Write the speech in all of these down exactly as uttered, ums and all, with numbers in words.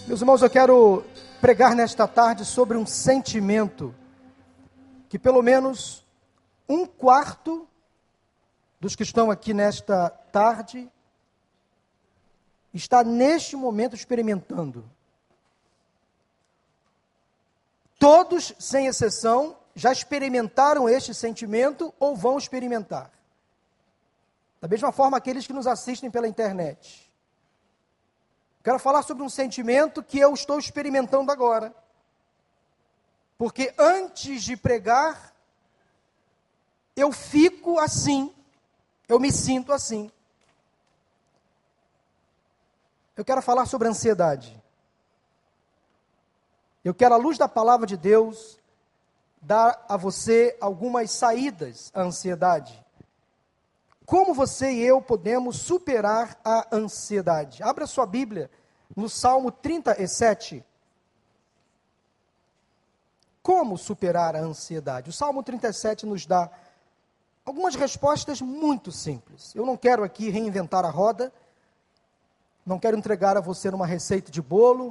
Meus irmãos, eu quero pregar nesta tarde sobre um sentimento que pelo menos um quarto dos que estão aqui nesta tarde está neste momento experimentando. Todos, sem exceção, já experimentaram este sentimento ou vão experimentar. Da mesma forma, aqueles que nos assistem pela internet. Quero falar sobre um sentimento que eu estou experimentando agora. Porque antes de pregar, eu fico assim, eu me sinto assim. Eu quero falar sobre ansiedade. Eu quero, à luz da palavra de Deus, dar a você algumas saídas à ansiedade. Como você e eu podemos superar a ansiedade? Abra sua Bíblia no Salmo trinta e sete. Como superar a ansiedade? O Salmo trinta e sete nos dá algumas respostas muito simples. Eu não quero aqui reinventar a roda, não quero entregar a você uma receita de bolo,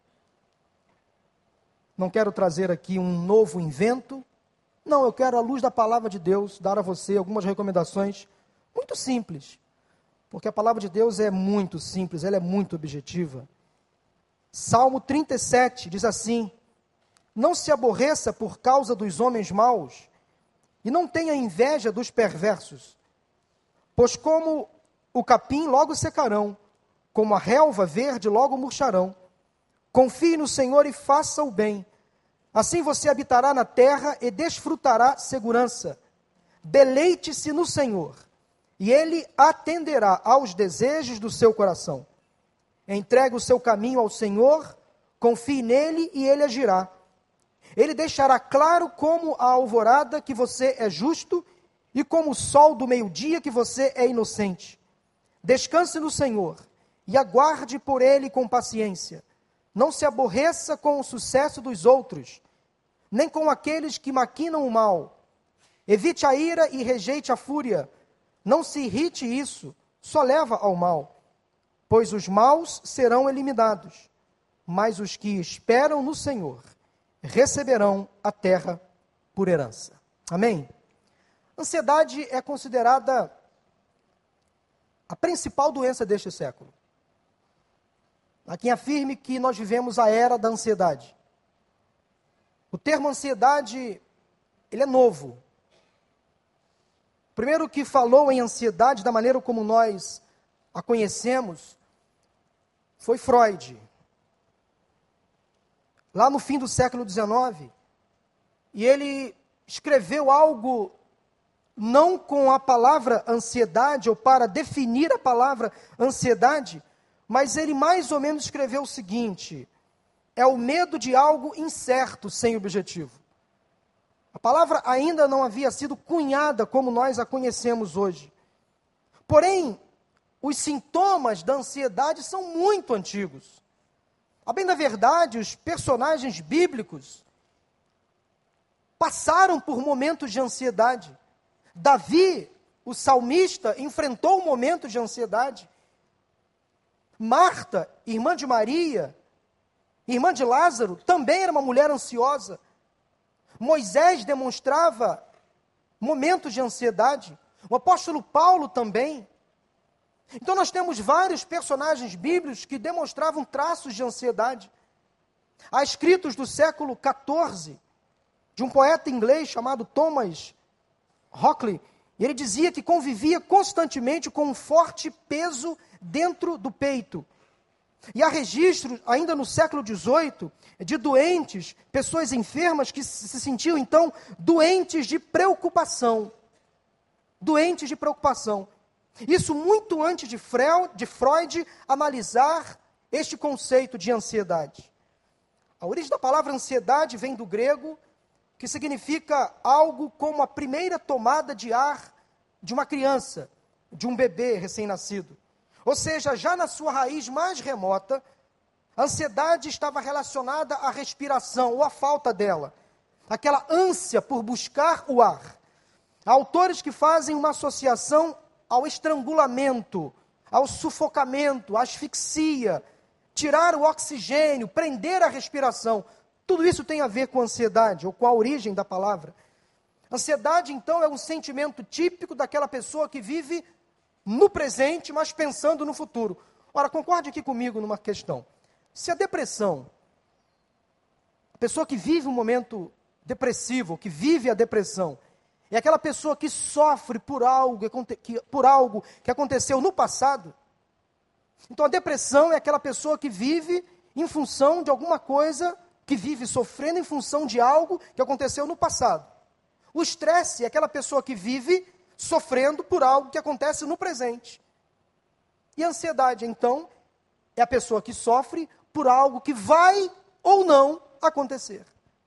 não quero trazer aqui um novo invento. Não, eu quero, à luz da palavra de Deus, dar a você algumas recomendações muito simples, porque a palavra de Deus é muito simples, ela é muito objetiva. Salmo trinta e sete diz assim: não se aborreça por causa dos homens maus, e não tenha inveja dos perversos, pois como o capim logo secarão, como a relva verde logo murcharão. Confie no Senhor e faça o bem, assim você habitará na terra e desfrutará segurança. Deleite-se no Senhor, e Ele atenderá aos desejos do seu coração. Entregue o seu caminho ao Senhor, confie nele e Ele agirá. Ele deixará claro como a alvorada que você é justo e como o sol do meio-dia que você é inocente. Descanse no Senhor e aguarde por Ele com paciência. Não se aborreça com o sucesso dos outros, nem com aqueles que maquinam o mal. Evite a ira e rejeite a fúria. Não se irrite, isso só leva ao mal, pois os maus serão eliminados, mas os que esperam no Senhor receberão a terra por herança. Amém? Ansiedade é considerada a principal doença deste século. Há quem afirme que nós vivemos a era da ansiedade. O termo ansiedade, ele é novo. O primeiro que falou em ansiedade, da maneira como nós a conhecemos, foi Freud. Lá no fim do século dezenove. E ele escreveu algo, não com a palavra ansiedade, ou para definir a palavra ansiedade, mas ele mais ou menos escreveu o seguinte: é o medo de algo incerto, sem objetivo. A palavra ainda não havia sido cunhada como nós a conhecemos hoje. Porém, os sintomas da ansiedade são muito antigos. A bem da verdade, os personagens bíblicos passaram por momentos de ansiedade. Davi, o salmista, enfrentou um momento de ansiedade. Marta, irmã de Maria, irmã de Lázaro, também era uma mulher ansiosa. Moisés demonstrava momentos de ansiedade. O apóstolo Paulo também. Então nós temos vários personagens bíblicos que demonstravam traços de ansiedade. Há escritos do século quatorze, de um poeta inglês chamado Thomas Hockley, e ele dizia que convivia constantemente com um forte peso dentro do peito. E há registros, ainda no século dezoito, de doentes, pessoas enfermas que se sentiam, então, doentes de preocupação. Doentes de preocupação. Isso muito antes de Freud, de Freud analisar este conceito de ansiedade. A origem da palavra ansiedade vem do grego, que significa algo como a primeira tomada de ar de uma criança, de um bebê recém-nascido. Ou seja, já na sua raiz mais remota, a ansiedade estava relacionada à respiração, ou à falta dela. Aquela ânsia por buscar o ar. Há autores que fazem uma associação ao estrangulamento, ao sufocamento, à asfixia, tirar o oxigênio, prender a respiração. Tudo isso tem a ver com ansiedade, ou com a origem da palavra. Ansiedade, então, é um sentimento típico daquela pessoa que vive no presente, mas pensando no futuro. Ora, concorde aqui comigo numa questão. Se a depressão, a pessoa que vive um momento depressivo, que vive a depressão, é aquela pessoa que sofre por algo que, por algo que aconteceu no passado, então a depressão é aquela pessoa que vive em função de alguma coisa, que vive sofrendo em função de algo que aconteceu no passado. O estresse é aquela pessoa que vive sofrendo por algo que acontece no presente. E a ansiedade, então, é a pessoa que sofre por algo que vai ou não acontecer.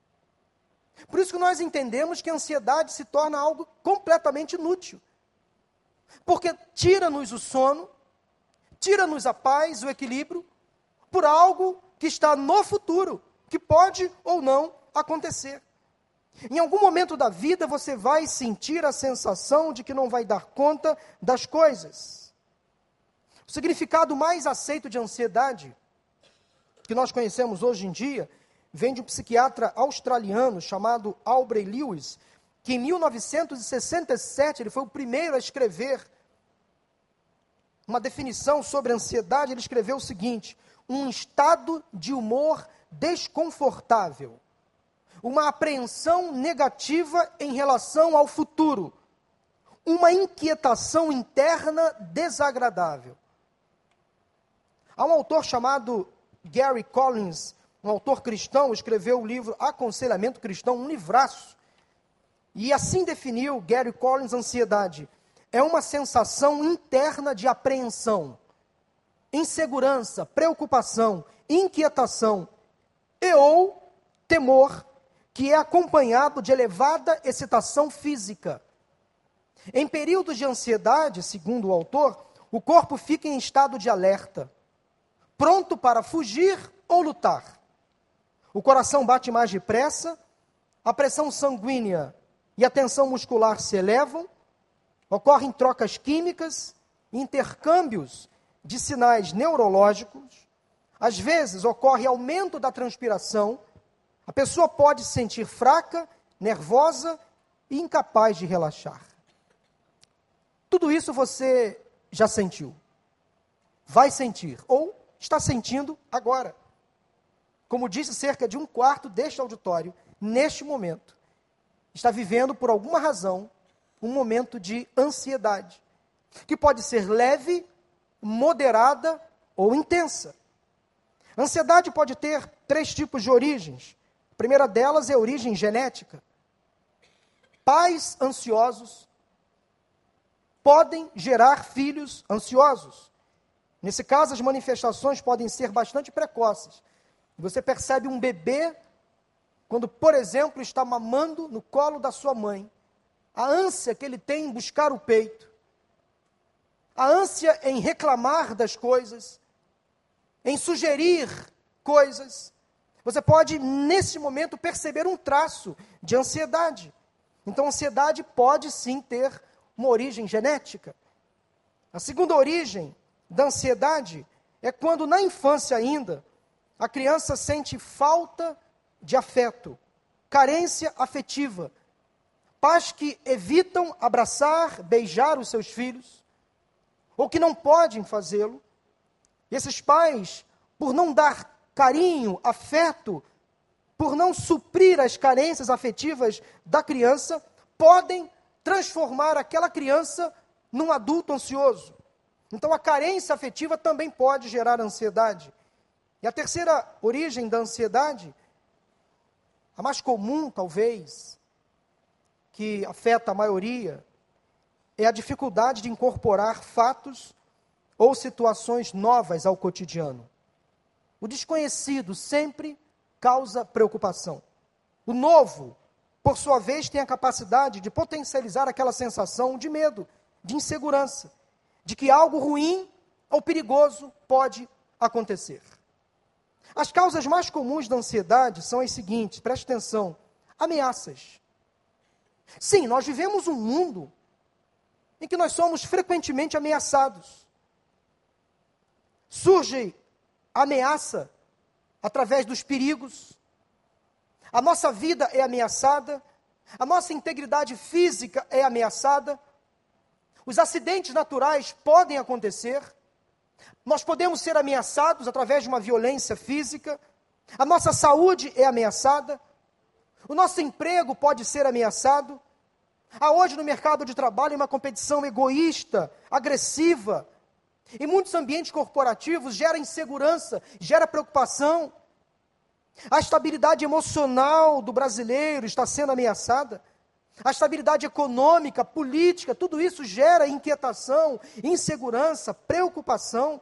Por isso que nós entendemos que a ansiedade se torna algo completamente inútil. Porque tira-nos o sono, tira-nos a paz, o equilíbrio, por algo que está no futuro, que pode ou não acontecer. Em algum momento da vida você vai sentir a sensação de que não vai dar conta das coisas. O significado mais aceito de ansiedade, que nós conhecemos hoje em dia, vem de um psiquiatra australiano chamado Aubrey Lewis, que em mil novecentos e sessenta e sete ele foi o primeiro a escrever uma definição sobre ansiedade. Ele escreveu o seguinte: um estado de humor desconfortável, uma apreensão negativa em relação ao futuro, uma inquietação interna desagradável. Há um autor chamado Gary Collins, um autor cristão, escreveu o livro Aconselhamento Cristão, um livraço, e assim definiu Gary Collins ansiedade: é uma sensação interna de apreensão, insegurança, preocupação, inquietação e ou temor, que é acompanhado de elevada excitação física. Em períodos de ansiedade, segundo o autor, o corpo fica em estado de alerta, pronto para fugir ou lutar. O coração bate mais depressa, a pressão sanguínea e a tensão muscular se elevam, ocorrem trocas químicas, intercâmbios de sinais neurológicos, às vezes ocorre aumento da transpiração, a pessoa pode se sentir fraca, nervosa e incapaz de relaxar. Tudo isso você já sentiu, vai sentir ou está sentindo agora. Como disse, cerca de um quarto deste auditório, neste momento, está vivendo por alguma razão um momento de ansiedade, que pode ser leve, moderada ou intensa. A ansiedade pode ter três tipos de origens. A primeira delas é a origem genética. Pais ansiosos podem gerar filhos ansiosos. Nesse caso, as manifestações podem ser bastante precoces. Você percebe um bebê, quando, por exemplo, está mamando no colo da sua mãe, a ânsia que ele tem em buscar o peito, a ânsia em reclamar das coisas, em sugerir coisas. Você pode, nesse momento, perceber um traço de ansiedade. Então, a ansiedade pode, sim, ter uma origem genética. A segunda origem da ansiedade é quando, na infância ainda, a criança sente falta de afeto, carência afetiva, pais que evitam abraçar, beijar os seus filhos, ou que não podem fazê-lo. E esses pais, por não dar carinho, afeto, por não suprir as carências afetivas da criança, podem transformar aquela criança num adulto ansioso. Então, a carência afetiva também pode gerar ansiedade. E a terceira origem da ansiedade, a mais comum, talvez, que afeta a maioria, é a dificuldade de incorporar fatos ou situações novas ao cotidiano. O desconhecido sempre causa preocupação. O novo, por sua vez, tem a capacidade de potencializar aquela sensação de medo, de insegurança, de que algo ruim ou perigoso pode acontecer. As causas mais comuns da ansiedade são as seguintes, preste atenção: ameaças. Sim, nós vivemos um mundo em que nós somos frequentemente ameaçados. Surge ameaça através dos perigos. A nossa vida é ameaçada, a nossa integridade física é ameaçada, os acidentes naturais podem acontecer, nós podemos ser ameaçados através de uma violência física, a nossa saúde é ameaçada, o nosso emprego pode ser ameaçado. Há hoje no mercado de trabalho uma competição egoísta, agressiva. Em muitos ambientes corporativos gera insegurança, gera preocupação. A estabilidade emocional do brasileiro está sendo ameaçada. A estabilidade econômica, política, tudo isso gera inquietação, insegurança, preocupação.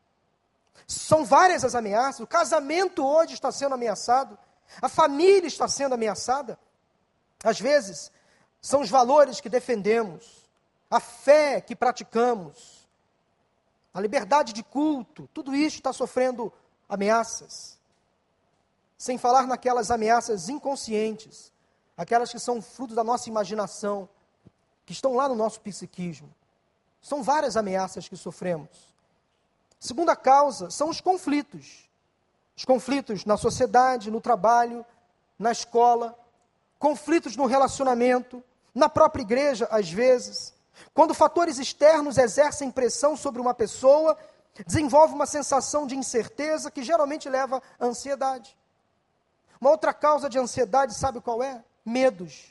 São várias as ameaças. O casamento hoje está sendo ameaçado. A família está sendo ameaçada. Às vezes, são os valores que defendemos, a fé que praticamos, a liberdade de culto, tudo isso está sofrendo ameaças. Sem falar naquelas ameaças inconscientes, aquelas que são fruto da nossa imaginação, que estão lá no nosso psiquismo. São várias ameaças que sofremos. Segunda causa são os conflitos. Os conflitos na sociedade, no trabalho, na escola, conflitos no relacionamento, na própria igreja, às vezes. Quando fatores externos exercem pressão sobre uma pessoa, desenvolve uma sensação de incerteza que geralmente leva à ansiedade. Uma outra causa de ansiedade, sabe qual é? Medos.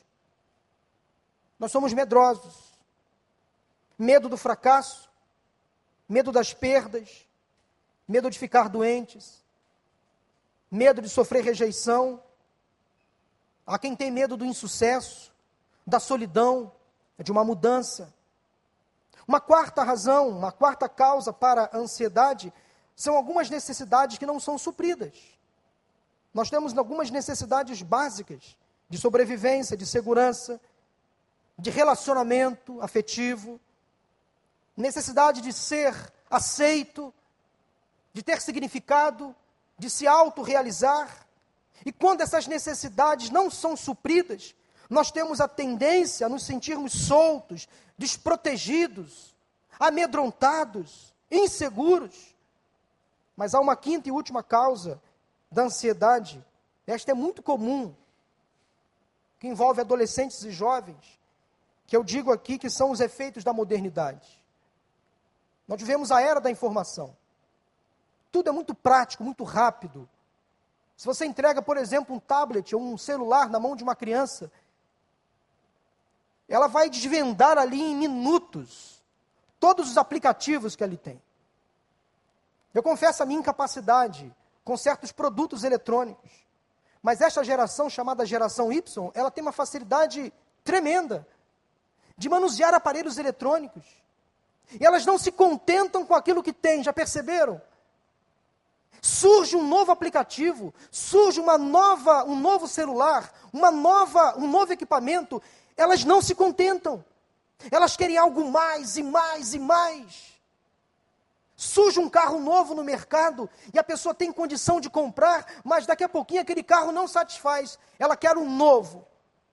Nós somos medrosos. Medo do fracasso, medo das perdas, medo de ficar doentes, medo de sofrer rejeição. Há quem tem medo do insucesso, da solidão, de uma mudança. Uma quarta razão, uma quarta causa para a ansiedade, são algumas necessidades que não são supridas. Nós temos algumas necessidades básicas de sobrevivência, de segurança, de relacionamento afetivo, necessidade de ser aceito, de ter significado, de se autorrealizar. E quando essas necessidades não são supridas, nós temos a tendência a nos sentirmos soltos, desprotegidos, amedrontados, inseguros. Mas há uma quinta e última causa da ansiedade, esta é muito comum, que envolve adolescentes e jovens, que eu digo aqui que são os efeitos da modernidade. Nós vivemos a era da informação. Tudo é muito prático, muito rápido. Se você entrega, por exemplo, um tablet ou um celular na mão de uma criança, ela vai desvendar ali em minutos todos os aplicativos que ali tem. Eu confesso a minha incapacidade com certos produtos eletrônicos, mas esta geração, chamada geração Y, ela tem uma facilidade tremenda de manusear aparelhos eletrônicos. E elas não se contentam com aquilo que têm, já perceberam? Surge um novo aplicativo, surge uma nova, um novo celular, uma nova, um novo equipamento, elas não se contentam. Elas querem algo mais e mais e mais. Surge um carro novo no mercado e a pessoa tem condição de comprar, mas daqui a pouquinho aquele carro não satisfaz. Ela quer um novo.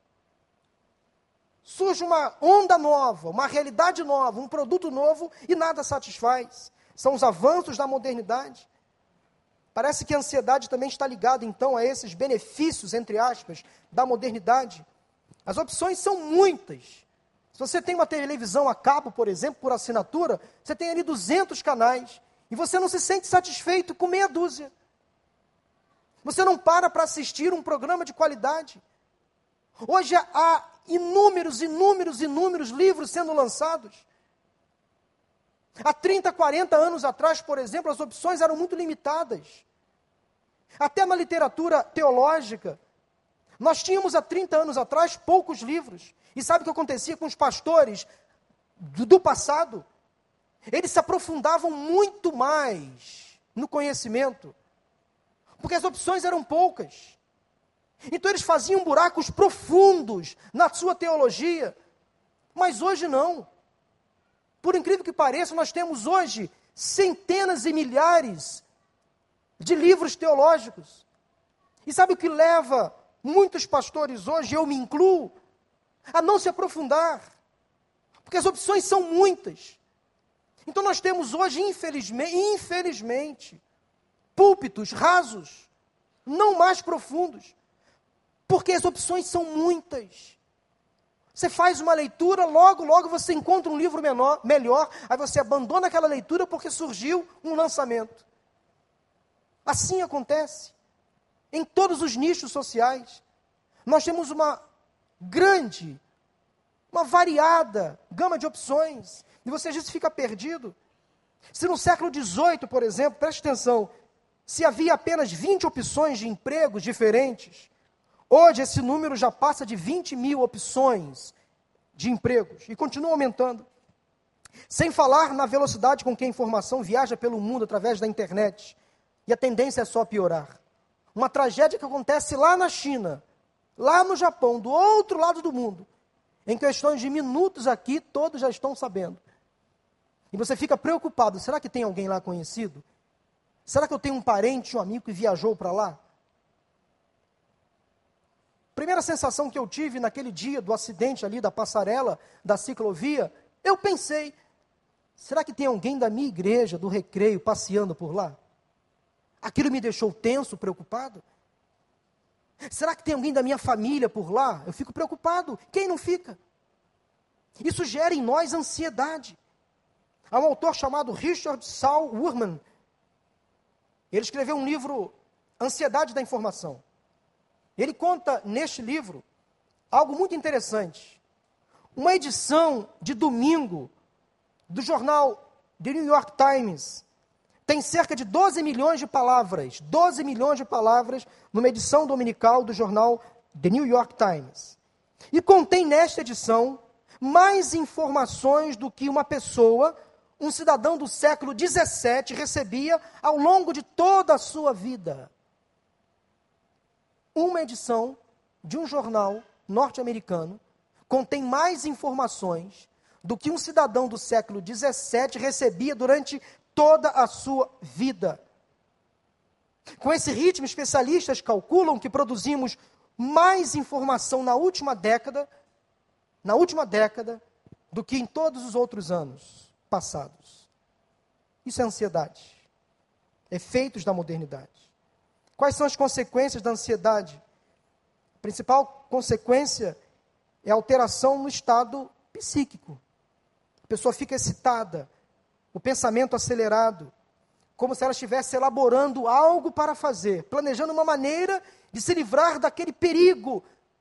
Surge uma onda nova, uma realidade nova, um produto novo e nada satisfaz. São os avanços da modernidade. Parece que a ansiedade também está ligada, então, a esses benefícios, entre aspas, da modernidade. As opções são muitas. Se você tem uma televisão a cabo, por exemplo, por assinatura, você tem ali duzentos canais, e você não se sente satisfeito com meia dúzia. Você não para para assistir um programa de qualidade. Hoje há inúmeros, inúmeros, inúmeros livros sendo lançados. Há trinta, quarenta anos atrás, por exemplo, as opções eram muito limitadas. Até na literatura teológica, nós tínhamos há trinta anos atrás poucos livros. E sabe o que acontecia com os pastores do, do passado? Eles se aprofundavam muito mais no conhecimento, porque as opções eram poucas. Então eles faziam buracos profundos na sua teologia, mas hoje não. Por incrível que pareça, nós temos hoje centenas e milhares de livros teológicos. E sabe o que leva muitos pastores hoje, eu me incluo, a não se aprofundar? Porque as opções são muitas. Então nós temos hoje, infelizmente, infelizmente, púlpitos rasos, não mais profundos, porque as opções são muitas. Você faz uma leitura, logo, logo você encontra um livro menor, melhor, aí você abandona aquela leitura porque surgiu um lançamento. Assim acontece em todos os nichos sociais. Nós temos uma grande, uma variada gama de opções, e você às vezes fica perdido. Se no século dezoito, por exemplo, preste atenção, se havia apenas vinte opções de empregos diferentes, hoje esse número já passa de vinte mil opções de empregos, e continua aumentando. Sem falar na velocidade com que a informação viaja pelo mundo através da internet, e a tendência é só piorar. Uma tragédia que acontece lá na China, lá no Japão, do outro lado do mundo, em questões de minutos aqui, todos já estão sabendo. E você fica preocupado, será que tem alguém lá conhecido? Será que eu tenho um parente, um amigo que viajou para lá? Primeira sensação que eu tive naquele dia do acidente ali da passarela, da ciclovia, eu pensei, será que tem alguém da minha igreja, do Recreio, passeando por lá? Aquilo me deixou tenso, preocupado. Será que tem alguém da minha família por lá? Eu fico preocupado. Quem não fica? Isso gera em nós ansiedade. Há um autor chamado Richard Saul Wurman. Ele escreveu um livro, Ansiedade da Informação. Ele conta neste livro algo muito interessante. Uma edição de domingo do jornal The New York Times tem cerca de doze milhões de palavras, doze milhões de palavras numa edição dominical do jornal The New York Times. E contém nesta edição mais informações do que uma pessoa, um cidadão do século dezessete, recebia ao longo de toda a sua vida. Uma edição de um jornal norte-americano contém mais informações do que um cidadão do século dezessete recebia durante toda a sua vida. Com esse ritmo, especialistas calculam que produzimos mais informação na última década, na última década, do que em todos os outros anos passados. Isso é ansiedade. Efeitos da modernidade. Quais são as consequências da ansiedade? A principal consequência é a alteração no estado psíquico. A pessoa fica excitada, o pensamento acelerado, como se ela estivesse elaborando algo para fazer, planejando uma maneira de se livrar daquele perigo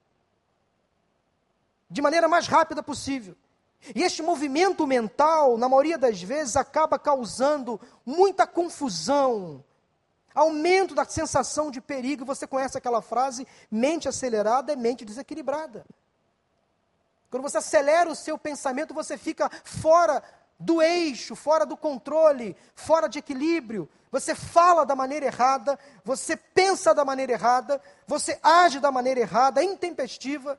de maneira mais rápida possível. E este movimento mental, na maioria das vezes, acaba causando muita confusão, aumento da sensação de perigo. Você conhece aquela frase, mente acelerada é mente desequilibrada. Quando você acelera o seu pensamento, você fica fora do eixo, fora do controle, fora de equilíbrio. Você fala da maneira errada, você pensa da maneira errada, você age da maneira errada, intempestiva.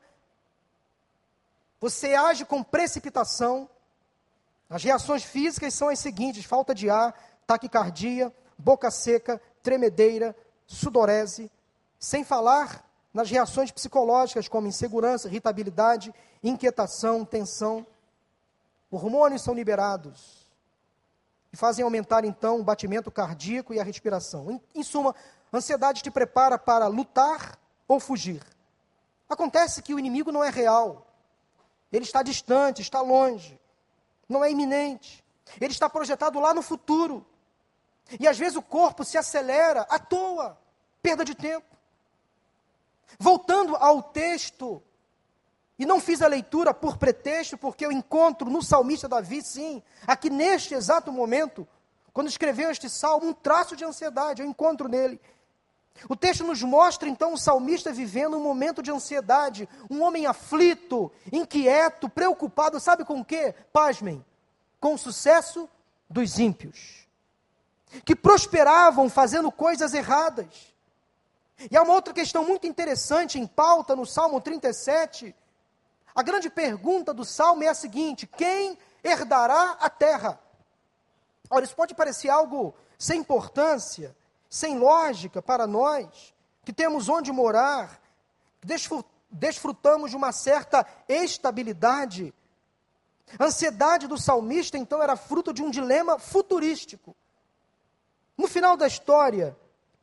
Você age com precipitação. As reações físicas são as seguintes: falta de ar, taquicardia, boca seca, tremedeira, sudorese, sem falar nas reações psicológicas como insegurança, irritabilidade, inquietação, tensão. Hormônios são liberados e fazem aumentar então o batimento cardíaco e a respiração. Em, em suma, a ansiedade te prepara para lutar ou fugir. Acontece que o inimigo não é real. Ele está distante, está longe, não é iminente. Ele está projetado lá no futuro. E às vezes o corpo se acelera à toa, perda de tempo. Voltando ao texto, e não fiz a leitura por pretexto, porque eu encontro no salmista Davi, sim, aqui neste exato momento, quando escreveu este salmo, um traço de ansiedade, eu encontro nele. O texto nos mostra, então, o salmista vivendo um momento de ansiedade, um homem aflito, inquieto, preocupado, sabe com o quê? Pasmem, com o sucesso dos ímpios, que prosperavam fazendo coisas erradas. E há uma outra questão muito interessante em pauta no Salmo trinta e sete. A grande pergunta do Salmo é a seguinte: quem herdará a terra? Ora, isso pode parecer algo sem importância, sem lógica para nós, que temos onde morar, desfrutamos de uma certa estabilidade. A ansiedade do salmista, então, era fruto de um dilema futurístico. No final da história,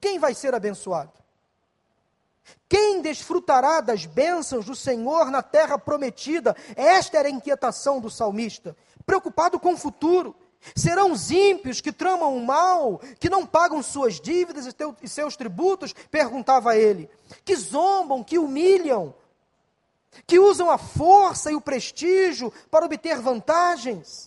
quem vai ser abençoado? Quem desfrutará das bênçãos do Senhor na terra prometida? Esta era a inquietação do salmista, preocupado com o futuro. Serão os ímpios que tramam o mal, que não pagam suas dívidas e, teu, e seus tributos? Perguntava ele. Que zombam, que humilham, que usam a força e o prestígio para obter vantagens?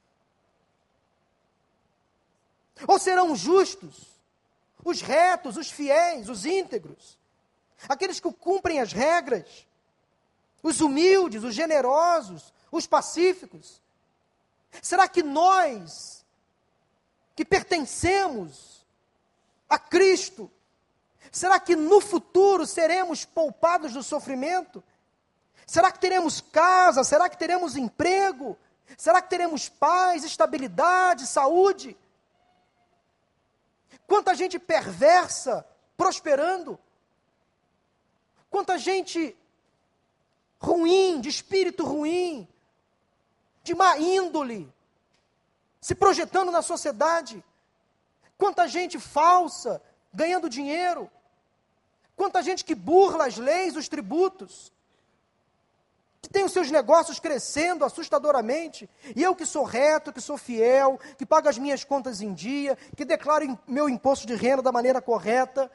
Ou serão os justos, os retos, os fiéis, os íntegros, aqueles que cumprem as regras, os humildes, os generosos, os pacíficos? Será que nós, que pertencemos a Cristo, será que no futuro seremos poupados do sofrimento? Será que teremos casa? Será que teremos emprego? Será que teremos paz, estabilidade, saúde? Quanta gente perversa prosperando, quanta gente ruim, de espírito ruim, de má índole, se projetando na sociedade. Quanta gente falsa, ganhando dinheiro. Quanta gente que burla as leis, os tributos, que tem os seus negócios crescendo assustadoramente. E eu que sou reto, que sou fiel, que pago as minhas contas em dia, que declaro meu imposto de renda da maneira correta.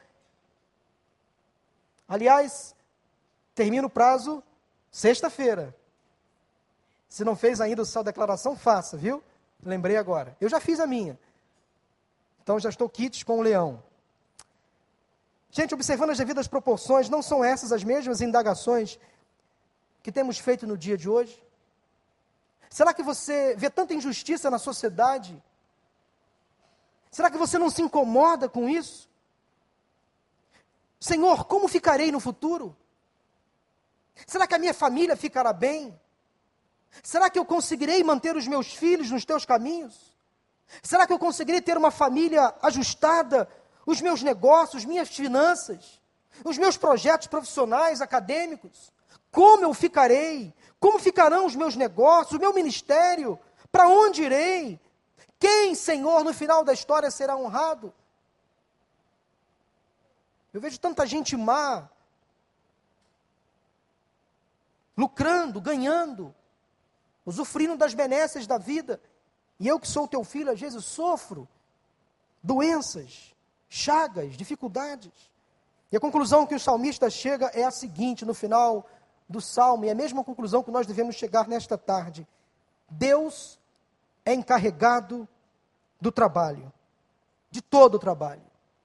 Aliás, termina o prazo sexta-feira. Se não fez ainda a sua declaração, faça, viu? Lembrei agora. Eu já fiz a minha. Então já estou quites com o leão. Gente, observando as devidas proporções, não são essas as mesmas indagações que temos feito no dia de hoje? Será que você vê tanta injustiça na sociedade? Será que você não se incomoda com isso? Senhor, como ficarei no futuro? Será que a minha família ficará bem? Será que eu conseguirei manter os meus filhos nos teus caminhos? Será que eu conseguirei ter uma família ajustada? Os meus negócios, minhas finanças, os meus projetos profissionais, acadêmicos? Como eu ficarei? Como ficarão os meus negócios, o meu ministério? Para onde irei? Quem, Senhor, no final da história será honrado? Eu vejo tanta gente má, lucrando, ganhando, usufruindo das benesses da vida. E eu que sou teu filho, às vezes sofro doenças, chagas, dificuldades. E a conclusão que o salmista chega é a seguinte, no final do salmo, e é a mesma conclusão que nós devemos chegar nesta tarde. Deus é encarregado do trabalho, de todo o trabalho.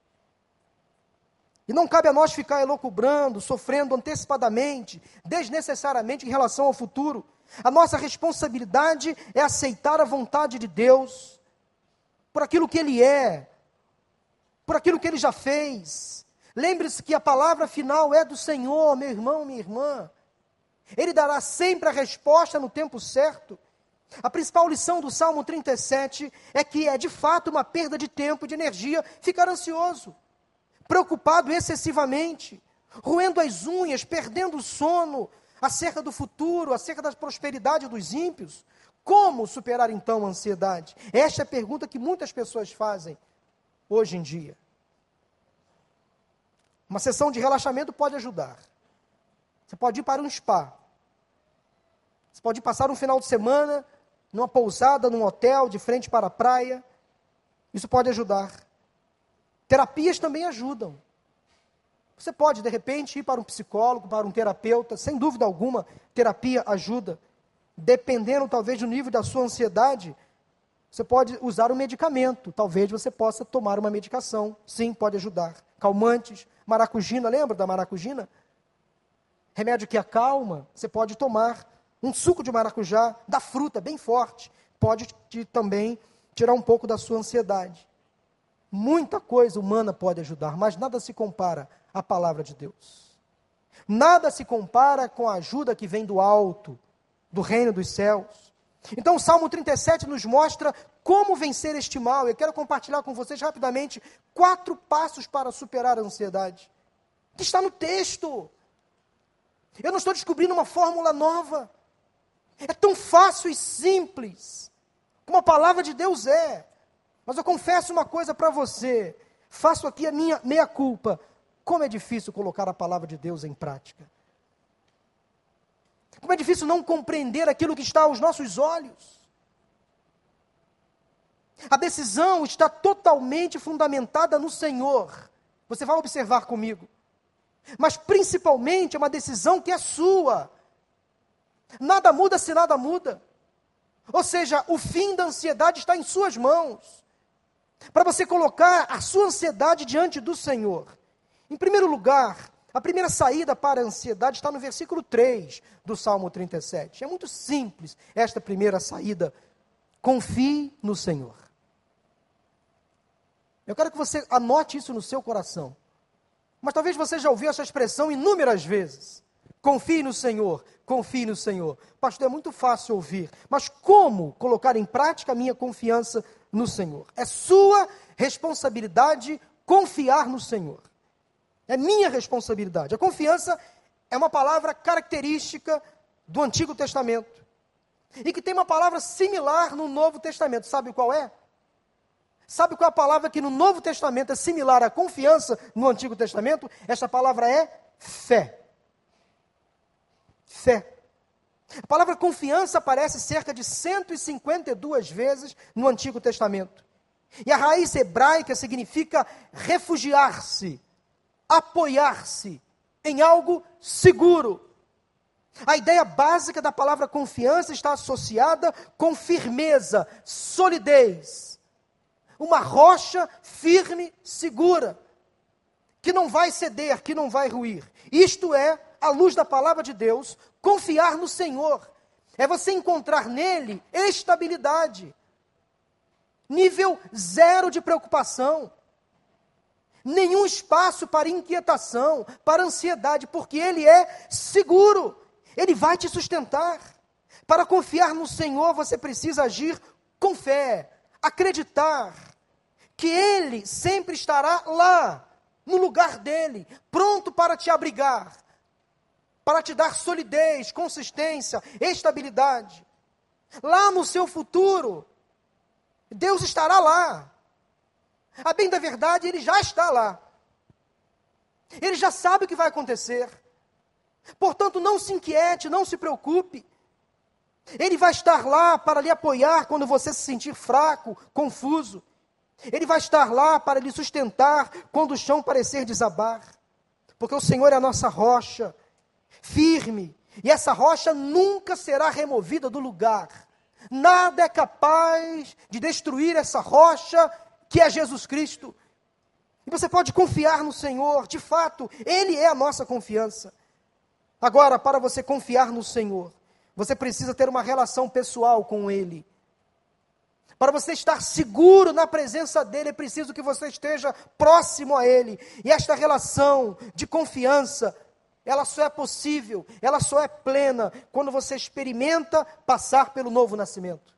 E não cabe a nós ficar elocubrando, sofrendo antecipadamente, desnecessariamente em relação ao futuro. A nossa responsabilidade é aceitar a vontade de Deus, por aquilo que Ele é, por aquilo que Ele já fez. Lembre-se que a palavra final é do Senhor, meu irmão, minha irmã. Ele dará sempre a resposta no tempo certo. A principal lição do Salmo trinta e sete é que é de fato uma perda de tempo e de energia ficar ansioso, preocupado excessivamente, roendo as unhas, perdendo o sono acerca do futuro, acerca da prosperidade dos ímpios. Como superar então a ansiedade? Esta é a pergunta que muitas pessoas fazem hoje em dia. Uma sessão de relaxamento pode ajudar. Você pode ir para um spa. Você pode passar um final de semana numa pousada, num hotel, de frente para a praia. Isso pode ajudar. Terapias também ajudam. Você pode, de repente, ir para um psicólogo, para um terapeuta. Sem dúvida alguma, terapia ajuda. Dependendo, talvez, do nível da sua ansiedade, você pode usar um medicamento. Talvez você possa tomar uma medicação. Sim, pode ajudar. Calmantes, maracujina, lembra da maracujina? Remédio que acalma, você pode tomar um suco de maracujá, da fruta, bem forte. Pode te, também tirar um pouco da sua ansiedade. Muita coisa humana pode ajudar, mas nada se compara à palavra de Deus. Nada se compara com a ajuda que vem do alto, do reino dos céus. Então o Salmo trinta e sete nos mostra como vencer este mal. Eu quero compartilhar com vocês rapidamente quatro passos para superar a ansiedade, que está no texto. Eu não estou descobrindo uma fórmula nova. É tão fácil e simples, como a palavra de Deus é. Mas eu confesso uma coisa para você. faço aqui a minha meia-culpa. Como é difícil colocar a palavra de Deus em prática. Como é difícil não compreender aquilo que está aos nossos olhos. A decisão está totalmente fundamentada no Senhor. Você vai observar comigo. Mas principalmente é uma decisão que é sua. Nada muda se nada muda. Ou seja, o fim da ansiedade está em suas mãos. Para você colocar a sua ansiedade diante do Senhor. Em primeiro lugar, a primeira saída para a ansiedade está no versículo três do Salmo trinta e sete. É muito simples esta primeira saída. Confie no Senhor. Eu quero que você anote isso no seu coração. Mas talvez você já ouviu essa expressão inúmeras vezes. Confie no Senhor, confie no Senhor. Pastor, é muito fácil ouvir. Mas como colocar em prática a minha confiança no Senhor? É sua responsabilidade confiar no Senhor. É minha responsabilidade. A confiança é uma palavra característica do Antigo Testamento. E que tem uma palavra similar no Novo Testamento. Sabe qual é? Sabe qual é a palavra que no Novo Testamento é similar à confiança no Antigo Testamento? Essa palavra é fé. Fé. A palavra confiança aparece cerca de cento e cinquenta e duas vezes no Antigo Testamento. E a raiz hebraica significa refugiar-se, apoiar-se em algo seguro. A ideia básica da palavra confiança está associada com firmeza, solidez. Uma rocha firme, segura, que não vai ceder, que não vai ruir. Isto é, à luz da palavra de Deus, confiar no Senhor. É você encontrar nele estabilidade. Nível zero de preocupação. Nenhum espaço para inquietação, para ansiedade, porque ele é seguro. Ele vai te sustentar. Para confiar no Senhor, você precisa agir com fé, acreditar que Ele sempre estará lá, no lugar dEle, pronto para te abrigar, para te dar solidez, consistência, estabilidade. Lá no seu futuro, Deus estará lá. A bem da verdade, Ele já está lá. Ele já sabe o que vai acontecer. Portanto, não se inquiete, não se preocupe. Ele vai estar lá para lhe apoiar quando você se sentir fraco, confuso. Ele vai estar lá para lhe sustentar quando o chão parecer desabar. Porque o Senhor é a nossa rocha, firme. E essa rocha nunca será removida do lugar. Nada é capaz de destruir essa rocha que é Jesus Cristo. E você pode confiar no Senhor. De fato, Ele é a nossa confiança. Agora, para você confiar no Senhor, você precisa ter uma relação pessoal com Ele. Para você estar seguro na presença dEle, é preciso que você esteja próximo a Ele. E esta relação de confiança, ela só é possível, ela só é plena, quando você experimenta passar pelo novo nascimento.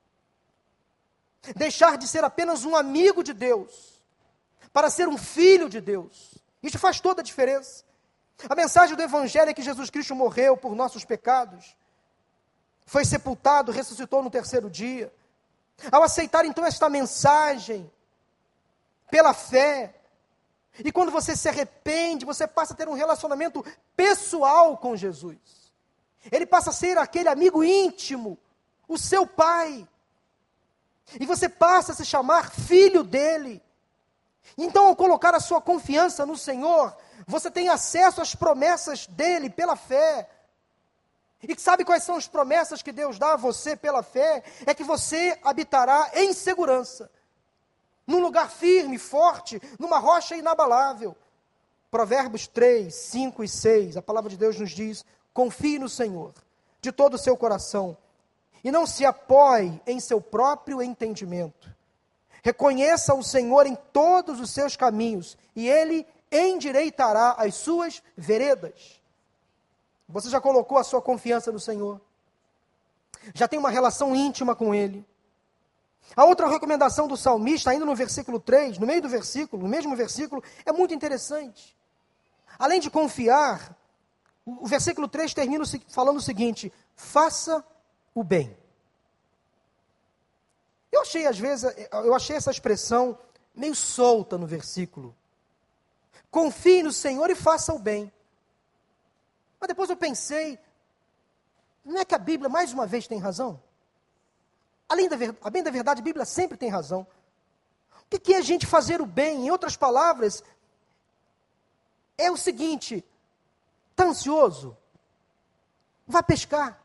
Deixar de ser apenas um amigo de Deus, para ser um filho de Deus. Isso faz toda a diferença. A mensagem do Evangelho é que Jesus Cristo morreu por nossos pecados, foi sepultado, ressuscitou no terceiro dia. Ao aceitar então esta mensagem, pela fé, e quando você se arrepende, você passa a ter um relacionamento pessoal com Jesus. Ele passa a ser aquele amigo íntimo, o seu pai. E você passa a se chamar filho dele. Então, ao colocar a sua confiança no Senhor, você tem acesso às promessas dele pela fé. E sabe quais são as promessas que Deus dá a você pela fé? É que você habitará em segurança, num lugar firme, forte, numa rocha inabalável. Provérbios três, cinco e seis, a palavra de Deus nos diz: confie no Senhor, de todo o seu coração, e não se apoie em seu próprio entendimento. Reconheça o Senhor em todos os seus caminhos, e Ele endireitará as suas veredas. Você já colocou a sua confiança no Senhor? Já tem uma relação íntima com Ele? A outra recomendação do salmista, ainda no versículo três, no meio do versículo, no mesmo versículo, é muito interessante. Além de confiar, o versículo três termina falando o seguinte: faça o bem. Eu achei, às vezes, eu achei essa expressão meio solta no versículo. Confie no Senhor e faça o bem. Mas depois eu pensei, não é que a Bíblia mais uma vez tem razão? Além da, ver, além da verdade, a Bíblia sempre tem razão. O que, que é a gente fazer o bem? Em outras palavras, é o seguinte: está ansioso? Vá pescar.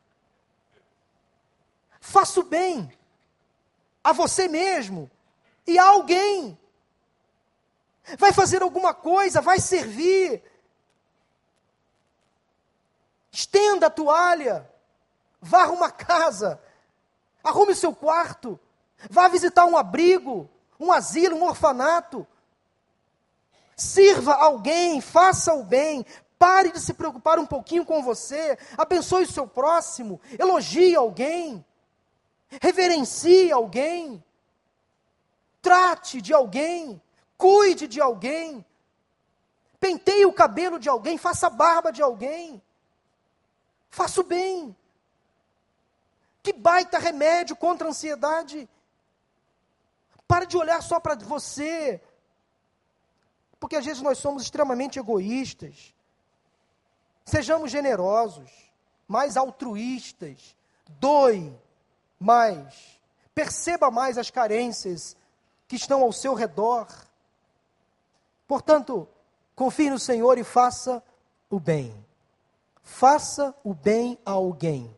Faça o bem a você mesmo e a alguém. Vai fazer alguma coisa, vai servir. Estenda a toalha, varra uma casa, arrume o seu quarto, vá visitar um abrigo, um asilo, um orfanato. Sirva alguém, faça o bem, pare de se preocupar um pouquinho com você, abençoe o seu próximo, elogie alguém, reverencie alguém, trate de alguém, cuide de alguém, penteie o cabelo de alguém, faça a barba de alguém, faça o bem. Que baita remédio contra a ansiedade. Pare de olhar só para você, porque às vezes nós somos extremamente egoístas. Sejamos generosos, mais altruístas, doe mais, perceba mais as carências que estão ao seu redor. Portanto, confie no Senhor e faça o bem. Faça o bem a alguém.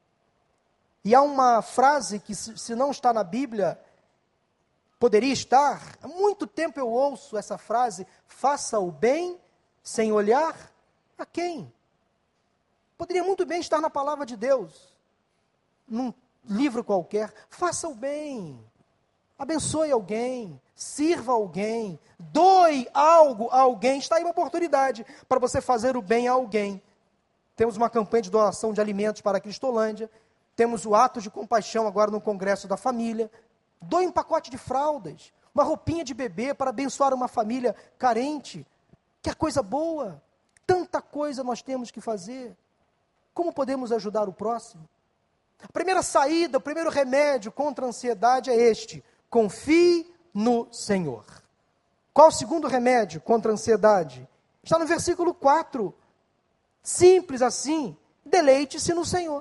E há uma frase que, se não está na Bíblia, poderia estar. Há muito tempo eu ouço essa frase: faça o bem sem olhar a quem. Poderia muito bem estar na palavra de Deus, num livro qualquer. Faça o bem, abençoe alguém, sirva alguém, doe algo a alguém. Está aí uma oportunidade para você fazer o bem a alguém. Temos uma campanha de doação de alimentos para a Cristolândia, temos o ato de compaixão agora no Congresso da Família. Doe um pacote de fraldas, uma roupinha de bebê para abençoar uma família carente. Que coisa boa! Tanta coisa nós temos que fazer. Como podemos ajudar o próximo? A primeira saída, o primeiro remédio contra a ansiedade é este: confie no Senhor. Qual o segundo remédio contra a ansiedade? Está no versículo quatro. Simples assim: deleite-se no Senhor.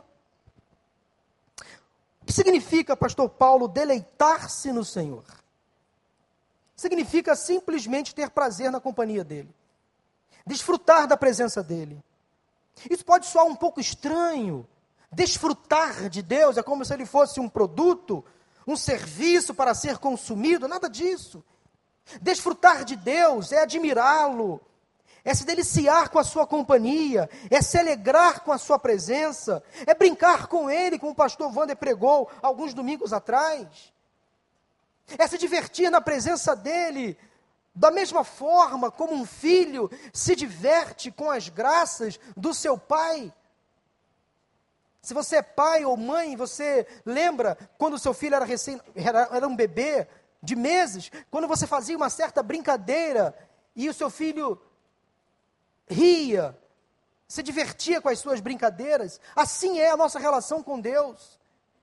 O que significa, pastor Paulo, deleitar-se no Senhor? Significa simplesmente ter prazer na companhia dEle, desfrutar da presença dEle. Isso pode soar um pouco estranho. Desfrutar de Deus é como se Ele fosse um produto, um serviço para ser consumido, nada disso. Desfrutar de Deus é admirá-lo, é se deliciar com a sua companhia, é se alegrar com a sua presença, é brincar com Ele, como o pastor Wander pregou alguns domingos atrás, é se divertir na presença dEle, da mesma forma como um filho se diverte com as graças do seu pai. Se você é pai ou mãe, você lembra quando o seu filho era, recém, era, era um bebê de meses, quando você fazia uma certa brincadeira e o seu filho ria, se divertia com as suas brincadeiras. Assim é a nossa relação com Deus.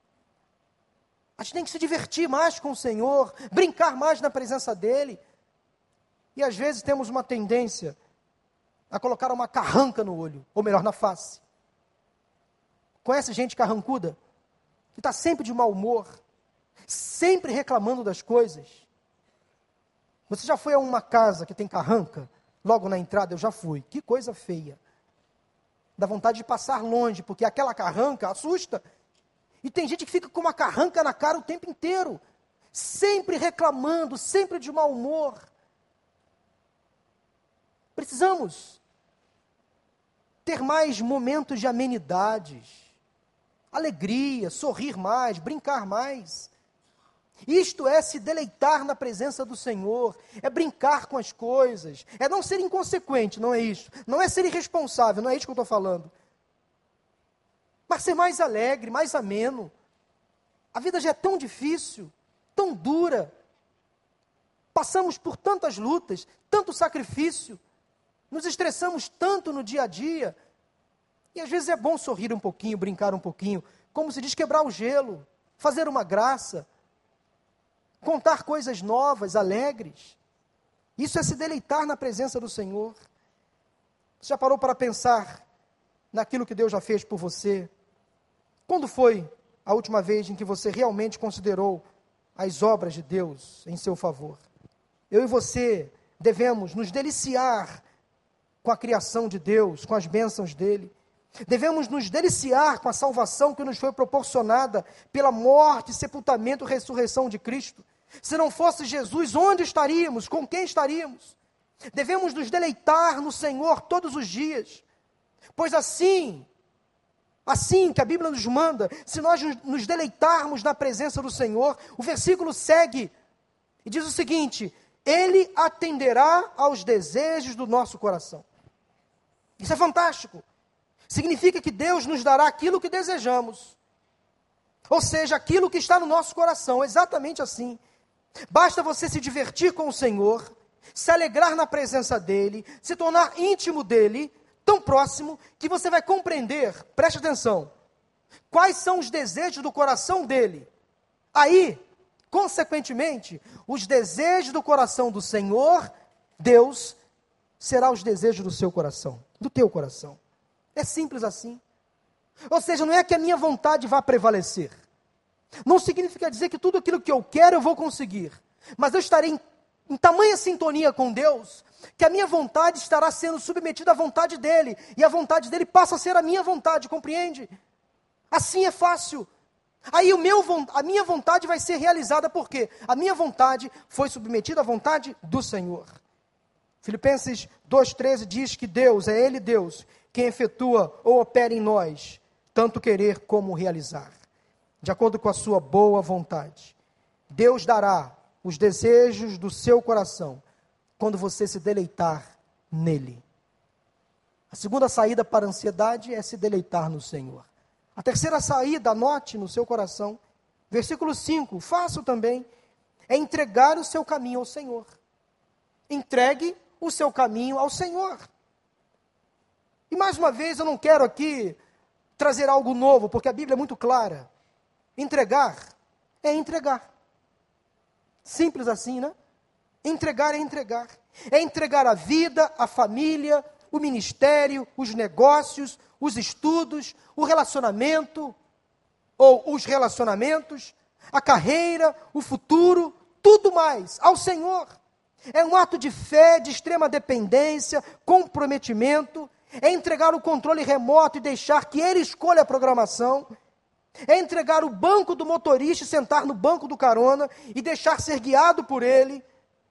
A gente tem que se divertir mais com o Senhor, brincar mais na presença dEle. E às vezes temos uma tendência a colocar uma carranca no olho, ou melhor, na face. Conhece gente carrancuda? Que está sempre de mau humor, sempre reclamando das coisas. Você já foi a uma casa que tem carranca? Logo na entrada eu já fui. Que coisa feia. Dá vontade de passar longe, porque aquela carranca assusta. E tem gente que fica com uma carranca na cara o tempo inteiro, sempre reclamando, sempre de mau humor. Precisamos ter mais momentos de amenidades, alegria, sorrir mais, brincar mais. Isto é se deleitar na presença do Senhor, é brincar com as coisas, é não ser inconsequente, não é isso. Não é ser irresponsável, não é isso que eu estou falando. Mas ser mais alegre, mais ameno. A vida já é tão difícil, tão dura. Passamos por tantas lutas, tanto sacrifício. Nos estressamos tanto no dia a dia. E às vezes é bom sorrir um pouquinho, brincar um pouquinho. Como se diz, quebrar o gelo, fazer uma graça. contar coisas novas, alegres. Isso é se deleitar na presença do Senhor. Você já parou para pensar naquilo que Deus já fez por você? Quando foi a última vez em que você realmente considerou as obras de Deus em seu favor? Eu e você devemos nos deliciar com a criação de Deus, com as bênçãos dele. Devemos nos deliciar com a salvação que nos foi proporcionada pela morte, sepultamento e ressurreição de Cristo. Se não fosse Jesus, onde estaríamos? Com quem estaríamos? Devemos nos deleitar no Senhor todos os dias, pois assim, assim que a Bíblia nos manda, se nós nos deleitarmos na presença do Senhor, o versículo segue e diz o seguinte: Ele atenderá aos desejos do nosso coração. Isso é fantástico. Significa que Deus nos dará aquilo que desejamos, ou seja, aquilo que está no nosso coração, exatamente assim. Basta você se divertir com o Senhor, se alegrar na presença dEle, se tornar íntimo dEle, tão próximo, que você vai compreender, preste atenção, quais são os desejos do coração dEle. Aí, consequentemente, os desejos do coração do Senhor, Deus, será os desejos do seu coração, do teu coração. É simples assim. Ou seja, não é que a minha vontade vá prevalecer. Não significa dizer que tudo aquilo que eu quero eu vou conseguir. Mas eu estarei em, em tamanha sintonia com Deus, que a minha vontade estará sendo submetida à vontade dEle. E a vontade dEle passa a ser a minha vontade, compreende? Assim é fácil. Aí o meu, a minha vontade vai ser realizada, por quê? A minha vontade foi submetida à vontade do Senhor. Filipenses dois, treze diz que Deus, é Ele Deus, quem efetua ou opera em nós, tanto querer como realizar, de acordo com a sua boa vontade. Deus dará os desejos do seu coração, quando você se deleitar nele. A segunda saída para a ansiedade é se deleitar no Senhor. A terceira saída, anote no seu coração, versículo cinco, faça também, é entregar o seu caminho ao Senhor. Entregue o seu caminho ao Senhor. E mais uma vez, eu não quero aqui trazer algo novo, porque a Bíblia é muito clara. Entregar é entregar. Simples assim, né? Entregar é entregar. É entregar a vida, a família, o ministério, os negócios, os estudos, o relacionamento, ou os relacionamentos, a carreira, o futuro, tudo mais, ao Senhor. É um ato de fé, de extrema dependência, comprometimento. É entregar o controle remoto e deixar que ele escolha a programação. É entregar o banco do motorista e sentar no banco do carona e deixar ser guiado por ele.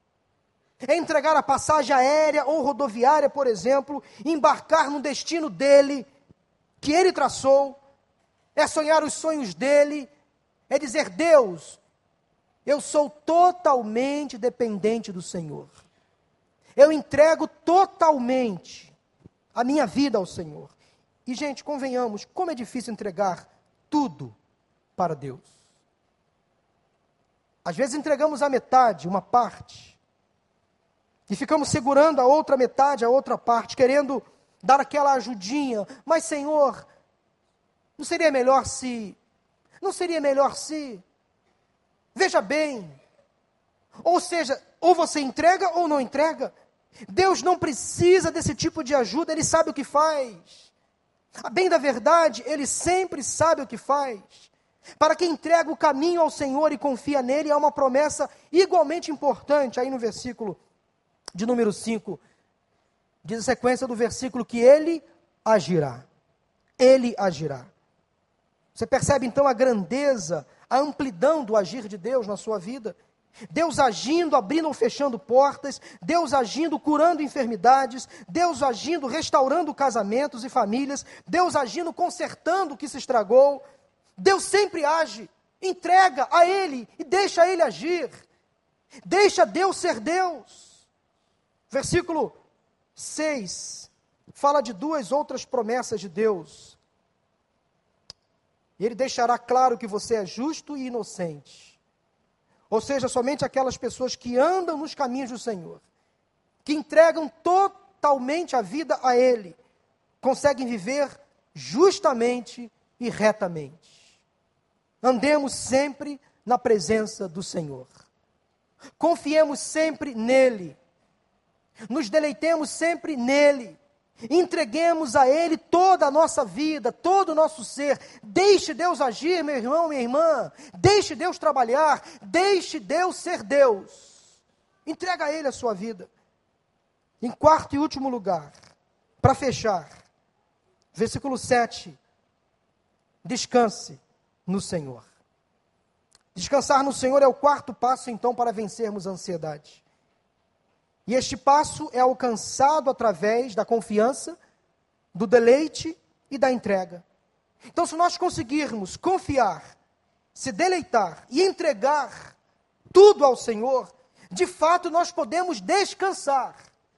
É entregar a passagem aérea ou rodoviária, por exemplo, e embarcar no destino dele, que ele traçou. É sonhar os sonhos dele. É dizer: Deus, eu sou totalmente dependente do Senhor. Eu entrego totalmente a minha vida ao Senhor. E, gente, convenhamos, como é difícil entregar tudo para Deus. Às vezes entregamos a metade, uma parte, e ficamos segurando a outra metade, a outra parte, querendo dar aquela ajudinha. Mas, Senhor, não seria melhor se... Não seria melhor se... Veja bem. Ou seja, ou você entrega ou não entrega. Deus não precisa desse tipo de ajuda, Ele sabe o que faz. A bem da verdade, Ele sempre sabe o que faz. Para quem entrega o caminho ao Senhor e confia nele, há uma promessa igualmente importante, aí no versículo de número cinco, diz a sequência do versículo que Ele agirá. Ele agirá. Você percebe então a grandeza, a amplidão do agir de Deus na sua vida? Deus agindo, abrindo ou fechando portas, Deus agindo, curando enfermidades, Deus agindo, restaurando casamentos e famílias, Deus agindo, consertando o que se estragou. Deus sempre age. Entrega a Ele e deixa Ele agir. Deixa Deus ser Deus. Versículo seis fala de duas outras promessas de Deus. E Ele deixará claro que você é justo e inocente. Ou seja, somente aquelas pessoas que andam nos caminhos do Senhor, que entregam totalmente a vida a Ele, conseguem viver justamente e retamente. Andemos sempre na presença do Senhor. Confiemos sempre nele. Nos deleitemos sempre nele. Entreguemos a ele toda a nossa vida, todo o nosso ser. Deixe Deus agir, meu irmão, minha irmã. Deixe Deus trabalhar. Deixe Deus ser Deus. Entrega a ele a sua vida. Em quarto e último lugar, para fechar, versículo sete. Descanse no Senhor. Descansar no Senhor é o quarto passo, então, para vencermos a ansiedade. E este passo é alcançado através da confiança, do deleite e da entrega. Então, se nós conseguirmos confiar, se deleitar e entregar tudo ao Senhor, de fato nós podemos descansar.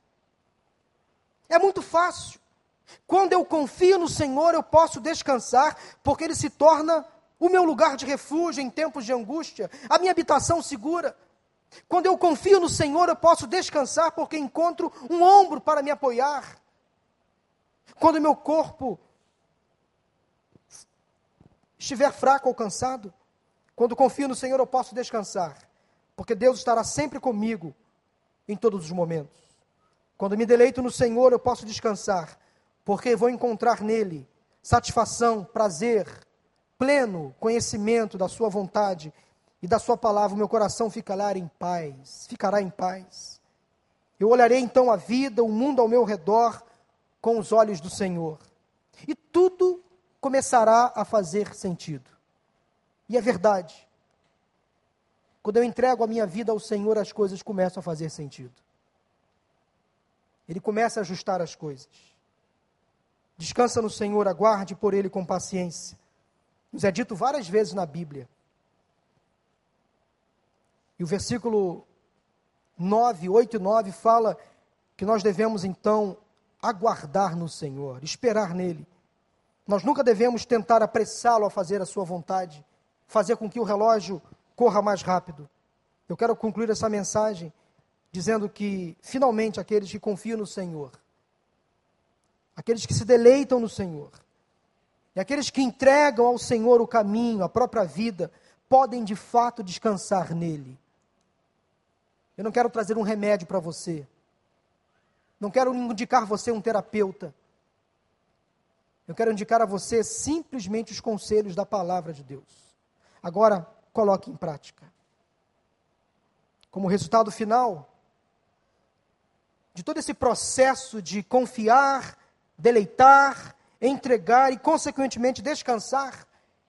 É muito fácil. Quando eu confio no Senhor, eu posso descansar, porque Ele se torna o meu lugar de refúgio em tempos de angústia, a minha habitação segura. Quando eu confio no Senhor, eu posso descansar, porque encontro um ombro para me apoiar. Quando meu corpo estiver fraco ou cansado, quando confio no Senhor, eu posso descansar, porque Deus estará sempre comigo em todos os momentos. Quando me deleito no Senhor, eu posso descansar, porque vou encontrar nele satisfação, prazer, pleno conhecimento da sua vontade e da sua palavra. O meu coração ficará em paz, ficará em paz. Eu olharei então a vida, o mundo ao meu redor, com os olhos do Senhor. E tudo começará a fazer sentido. E é verdade. Quando eu entrego a minha vida ao Senhor, as coisas começam a fazer sentido. Ele começa a ajustar as coisas. Descansa no Senhor, aguarde por Ele com paciência. Nos é dito várias vezes na Bíblia. E o versículo nove, oito e nove fala que nós devemos então aguardar no Senhor, esperar nele. Nós nunca devemos tentar apressá-lo a fazer a sua vontade, fazer com que o relógio corra mais rápido. Eu quero concluir essa mensagem dizendo que, finalmente, aqueles que confiam no Senhor, aqueles que se deleitam no Senhor, e aqueles que entregam ao Senhor o caminho, a própria vida, podem de fato descansar nele. Eu não quero trazer um remédio para você. Não quero indicar você um terapeuta. Eu quero indicar a você simplesmente os conselhos da palavra de Deus. Agora, coloque em prática. Como resultado final de todo esse processo de confiar, deleitar, entregar e, consequentemente, descansar,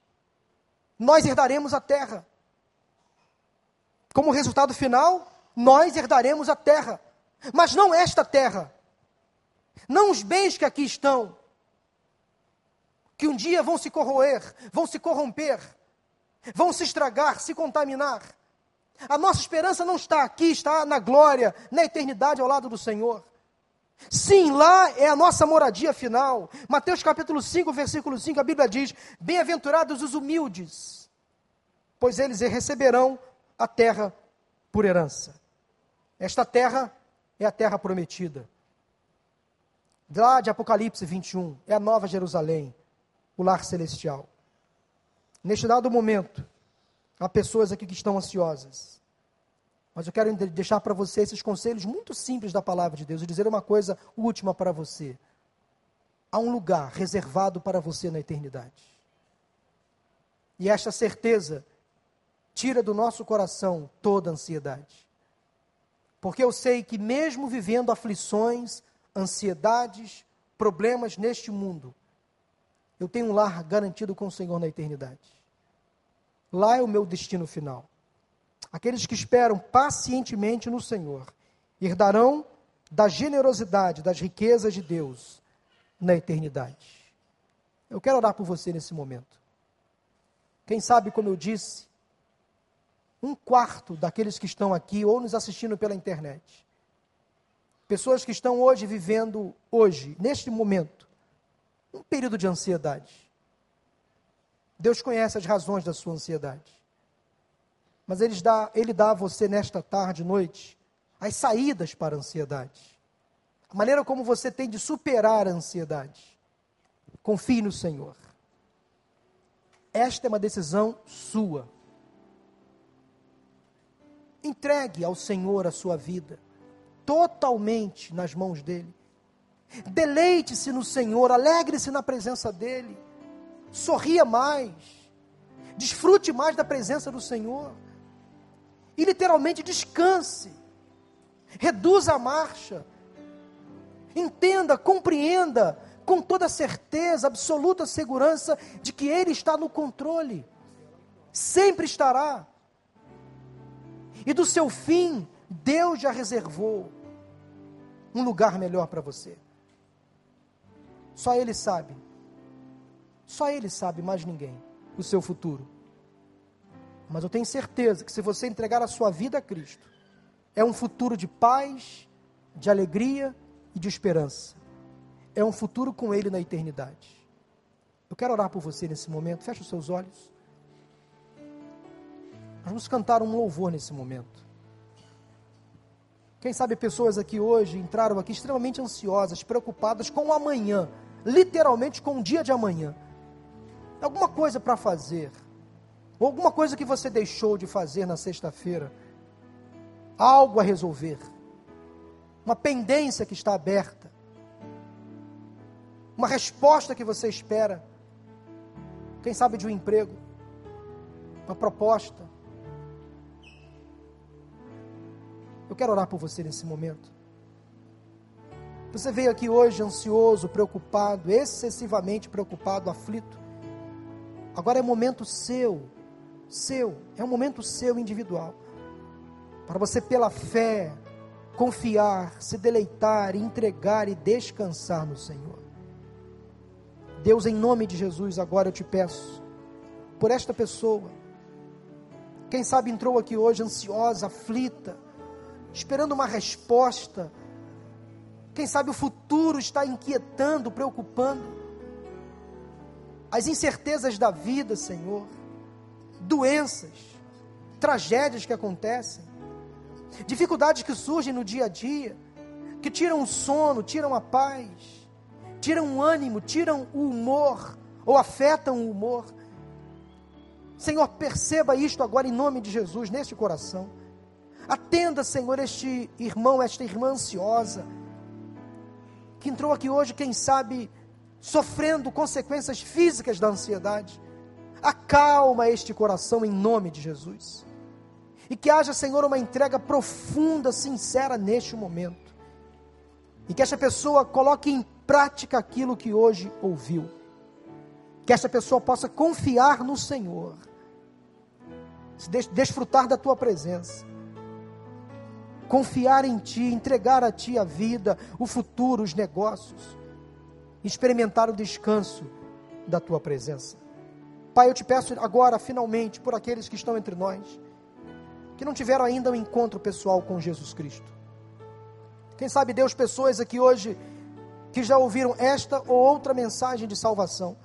nós herdaremos a terra. Como resultado final, nós herdaremos a terra. Mas não esta terra. Não os bens que aqui estão, que um dia vão se corroer, vão se corromper, vão se estragar, se contaminar. A nossa esperança não está aqui, está na glória, na eternidade ao lado do Senhor. Sim, lá é a nossa moradia final. Mateus capítulo cinco, versículo cinco, a Bíblia diz: bem-aventurados os humildes, pois eles receberão a terra por herança. Esta terra é a terra prometida. Lá de Apocalipse vinte e um, é a nova Jerusalém, o lar celestial. Neste dado momento, há pessoas aqui que estão ansiosas. Mas eu quero deixar para você esses conselhos muito simples da palavra de Deus e dizer uma coisa última para você. Há um lugar reservado para você na eternidade. E esta certeza tira do nosso coração toda ansiedade. Porque eu sei que mesmo vivendo aflições, ansiedades, problemas neste mundo, eu tenho um lar garantido com o Senhor na eternidade. Lá é o meu destino final. Aqueles que esperam pacientemente no Senhor herdarão da generosidade, das riquezas de Deus na eternidade. Eu quero orar por você nesse momento. Quem sabe, como eu disse, um quarto daqueles que estão aqui ou nos assistindo pela internet, pessoas que estão hoje vivendo, hoje, neste momento, um período de ansiedade. Deus conhece as razões da sua ansiedade. Mas Ele dá, Ele dá a você nesta tarde, noite, as saídas para a ansiedade. A maneira como você tem de superar a ansiedade. Confie no Senhor. Esta é uma decisão sua. Entregue ao Senhor a sua vida, totalmente nas mãos dEle. Deleite-se no Senhor, alegre-se na presença dEle. Sorria mais, desfrute mais da presença do Senhor. E literalmente descanse, reduza a marcha. Entenda, compreenda, com toda certeza, absoluta segurança de que Ele está no controle. Sempre estará. E do seu fim, Deus já reservou um lugar melhor para você. Só Ele sabe. Só Ele sabe, mais ninguém, o seu futuro. Mas eu tenho certeza que se você entregar a sua vida a Cristo, é um futuro de paz, de alegria e de esperança. É um futuro com Ele na eternidade. Eu quero orar por você nesse momento. Feche os seus olhos. Nós vamos cantar um louvor nesse momento. Quem sabe pessoas aqui hoje entraram aqui extremamente ansiosas, preocupadas com o amanhã, literalmente com o dia de amanhã. Alguma coisa para fazer, ou alguma coisa que você deixou de fazer na sexta-feira, algo a resolver, uma pendência que está aberta, uma resposta que você espera, quem sabe de um emprego, uma proposta. Eu quero orar por você nesse momento. Você veio aqui hoje ansioso, preocupado, excessivamente preocupado, aflito. Agora é momento seu, seu, é um momento seu individual, para você pela fé, confiar, se deleitar, entregar e descansar no Senhor. Deus, em nome de Jesus, agora eu te peço, por esta pessoa, quem sabe entrou aqui hoje ansiosa, aflita, esperando uma resposta, quem sabe o futuro está inquietando, preocupando, as incertezas da vida, Senhor, doenças, tragédias que acontecem, dificuldades que surgem no dia a dia, que tiram o sono, tiram a paz, tiram o ânimo, tiram o humor, ou afetam o humor. Senhor, perceba isto agora em nome de Jesus, neste coração. Atenda, Senhor, este irmão, esta irmã ansiosa, que entrou aqui hoje, quem sabe, sofrendo consequências físicas da ansiedade. Acalma este coração em nome de Jesus. E que haja, Senhor, uma entrega profunda, sincera neste momento. E que esta pessoa coloque em prática aquilo que hoje ouviu. Que esta pessoa possa confiar no Senhor. Se des- desfrutar da tua presença. Confiar em ti, entregar a ti a vida, o futuro, os negócios. Experimentar o descanso da tua presença. Pai, eu te peço agora, finalmente, por aqueles que estão entre nós, que não tiveram ainda um encontro pessoal com Jesus Cristo. Quem sabe, Deus, pessoas aqui hoje, que já ouviram esta ou outra mensagem de salvação,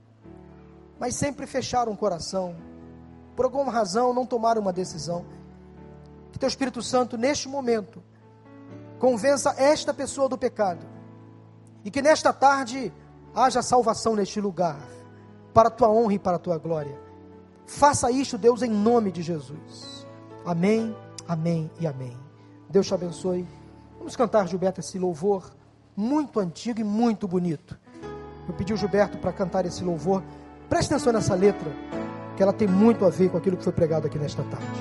mas sempre fecharam o coração, por alguma razão não tomaram uma decisão. Que teu Espírito Santo, neste momento, convença esta pessoa do pecado, e que nesta tarde haja salvação neste lugar, para a tua honra e para a tua glória. Faça isto, Deus, em nome de Jesus. Amém, amém e amém. Deus te abençoe. Vamos cantar, Gilberto, esse louvor muito antigo e muito bonito. Eu pedi ao Gilberto para cantar esse louvor. Preste atenção nessa letra, que ela tem muito a ver com aquilo que foi pregado aqui nesta tarde.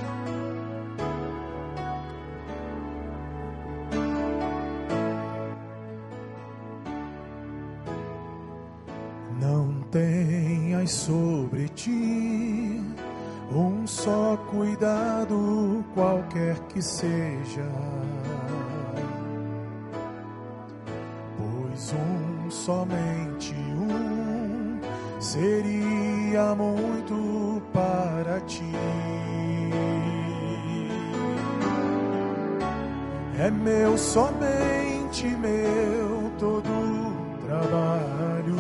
Tenhas sobre ti um só cuidado, qualquer que seja, pois um, somente um, seria muito para ti. É meu, somente meu, todo trabalho.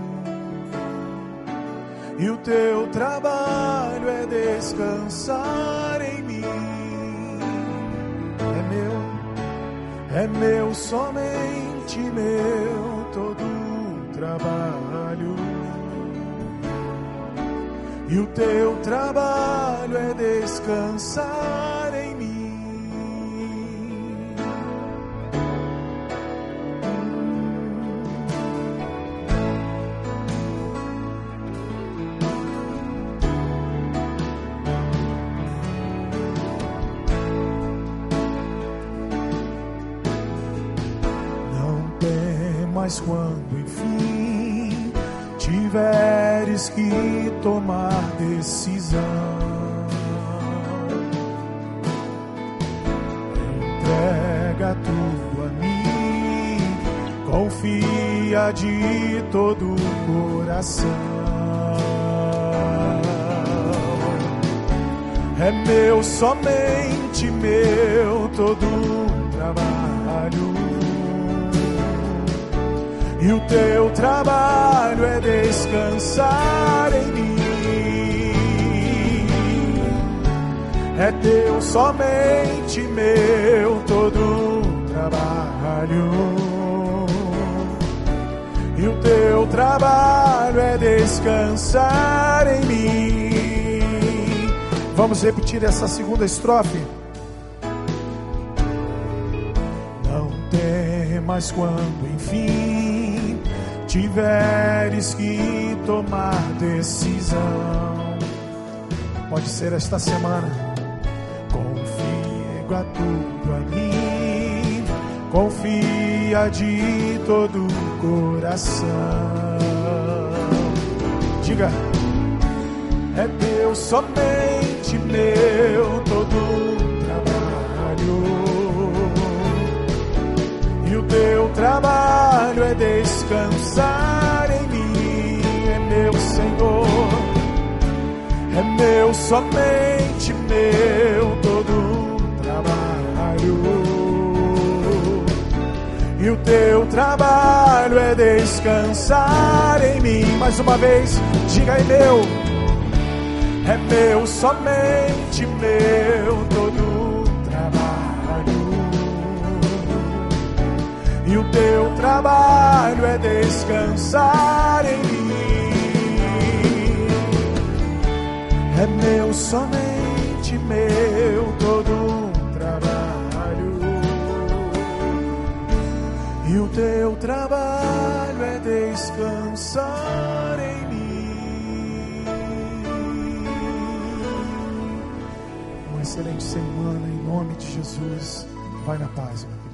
E o teu trabalho é descansar em mim. É meu, é meu, somente meu, todo trabalho. E o teu trabalho é descansar em mim. mas quando enfim tiveres que tomar decisão, entrega tudo a mim, confia de todo o coração. É meu, somente meu, todo o trabalho, e o teu trabalho é descansar em mim. É teu, somente meu, todo o trabalho, e o teu trabalho é descansar em mim. Vamos repetir essa segunda estrofe. Não temas quando enfim tiveres que tomar decisão. Pode ser esta semana. Confia tudo a mim, confia de todo o coração. Diga: é teu, somente meu, todo o trabalho, e o teu trabalho é descansar em mim. É meu, Senhor, é meu, somente meu, todo o trabalho, e o teu trabalho é descansar em mim. Mais uma vez, diga: é meu, é meu, somente meu, todo o trabalho, e o teu trabalho é descansar em mim. É meu, somente meu, todo o trabalho, e o teu trabalho é descansar em mim. Uma excelente semana em nome de Jesus. Vai na paz, meu.